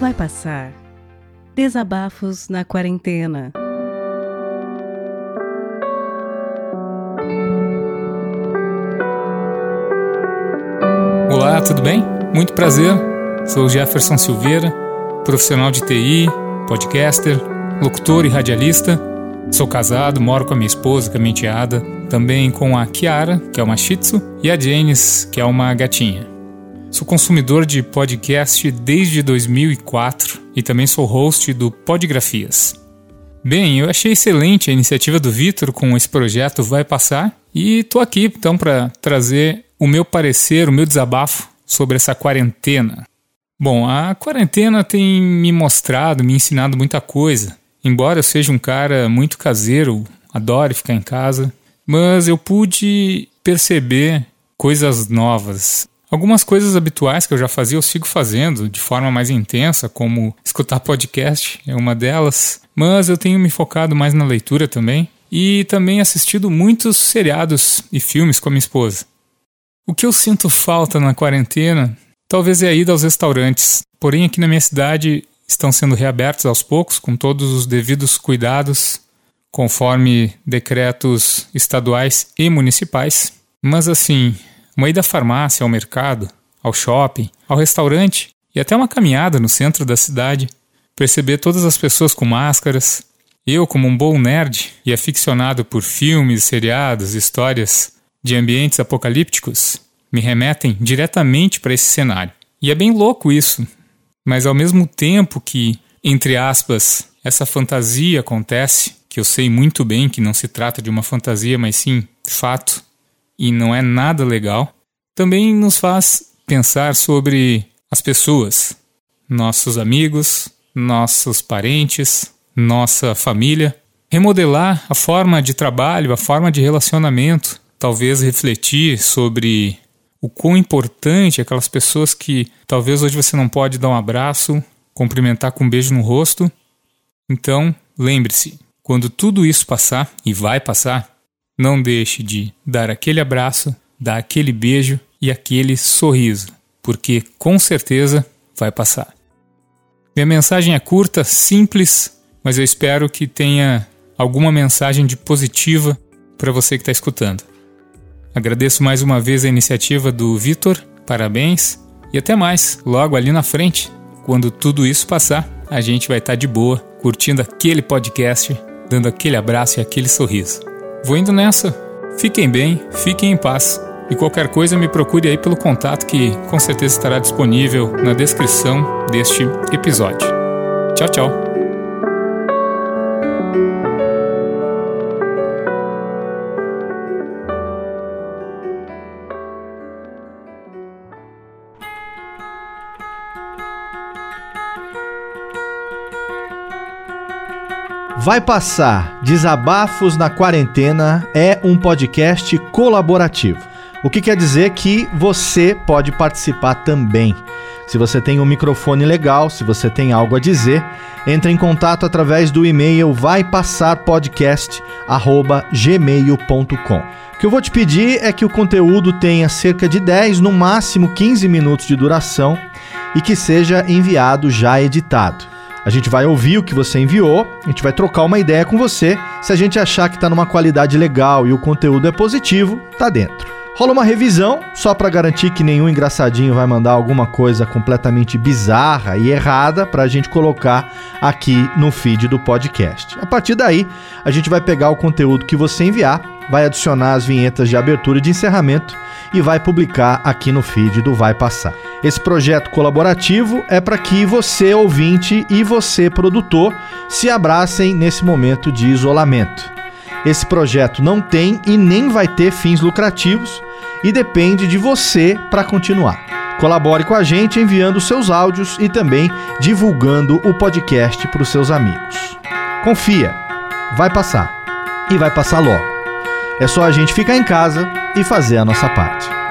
Vai passar. Desabafos na quarentena. Olá, tudo bem? Muito prazer. Sou Jefferson Silveira, profissional de TI, podcaster, locutor e radialista. Sou casado, moro com a minha esposa, com a minha enteada, também com a Kiara, que é uma Shih Tzu, e a Janice, que é uma gatinha. Sou consumidor de podcast desde 2004 e também sou host do Podgrafias. Bem, eu achei excelente a iniciativa do Vitor com esse projeto Vai Passar e estou aqui então para trazer o meu parecer, o meu desabafo sobre essa quarentena. Bom, a quarentena tem me mostrado, me ensinado muita coisa. Embora eu seja um cara muito caseiro, adore ficar em casa, mas eu pude perceber coisas novas. Algumas coisas habituais que eu já fazia, eu sigo fazendo de forma mais intensa, como escutar podcast, é uma delas. Mas eu tenho me focado mais na leitura também. E também assistido muitos seriados e filmes com a minha esposa. O que eu sinto falta na quarentena, talvez é a ida aos restaurantes. Porém, aqui na minha cidade estão sendo reabertos aos poucos, com todos os devidos cuidados, conforme decretos estaduais e municipais. Mas assim, uma ida à farmácia, ao mercado, ao shopping, ao restaurante e até uma caminhada no centro da cidade, perceber todas as pessoas com máscaras. Eu, como um bom nerd e aficionado por filmes, seriados, histórias de ambientes apocalípticos, me remetem diretamente para esse cenário. E é bem louco isso, mas ao mesmo tempo que, entre aspas, essa fantasia acontece, que eu sei muito bem que não se trata de uma fantasia, mas sim fato, e não é nada legal, também nos faz pensar sobre as pessoas, nossos amigos, nossos parentes, nossa família, remodelar a forma de trabalho, a forma de relacionamento, talvez refletir sobre o quão importante é aquelas pessoas que talvez hoje você não pode dar um abraço, cumprimentar com um beijo no rosto. Então, lembre-se, quando tudo isso passar, e vai passar, não deixe de dar aquele abraço, dar aquele beijo e aquele sorriso, porque com certeza vai passar. Minha mensagem é curta, simples, mas eu espero que tenha alguma mensagem de positiva para você que está escutando. Agradeço mais uma vez a iniciativa do Vitor, parabéns, e até mais, logo ali na frente, quando tudo isso passar, a gente vai estar de boa, curtindo aquele podcast, dando aquele abraço e aquele sorriso. Vou indo nessa, fiquem bem, fiquem em paz, e qualquer coisa me procure aí pelo contato que com certeza estará disponível na descrição deste episódio. Tchau, tchau! Vai Passar, Desabafos na Quarentena é um podcast colaborativo. O que quer dizer que você pode participar também. Se você tem um microfone legal, se você tem algo a dizer, entre em contato através do e-mail vaipassarpodcast@gmail.com. O que eu vou te pedir é que o conteúdo tenha cerca de 10, no máximo 15 minutos de duração e que seja enviado já editado. A gente vai ouvir o que você enviou, a gente vai trocar uma ideia com você. Se a gente achar que está numa qualidade legal e o conteúdo é positivo, tá dentro. Rola uma revisão, só para garantir que nenhum engraçadinho vai mandar alguma coisa completamente bizarra e errada para a gente colocar aqui no feed do podcast. A partir daí, a gente vai pegar o conteúdo que você enviar, vai adicionar as vinhetas de abertura e de encerramento e vai publicar aqui no feed do Vai Passar. Esse projeto colaborativo é para que você, ouvinte, e você, produtor, se abracem nesse momento de isolamento. Esse projeto não tem e nem vai ter fins lucrativos e depende de você para continuar. Colabore com a gente enviando seus áudios e também divulgando o podcast para os seus amigos. Confia, vai passar e vai passar logo. É só a gente ficar em casa e fazer a nossa parte.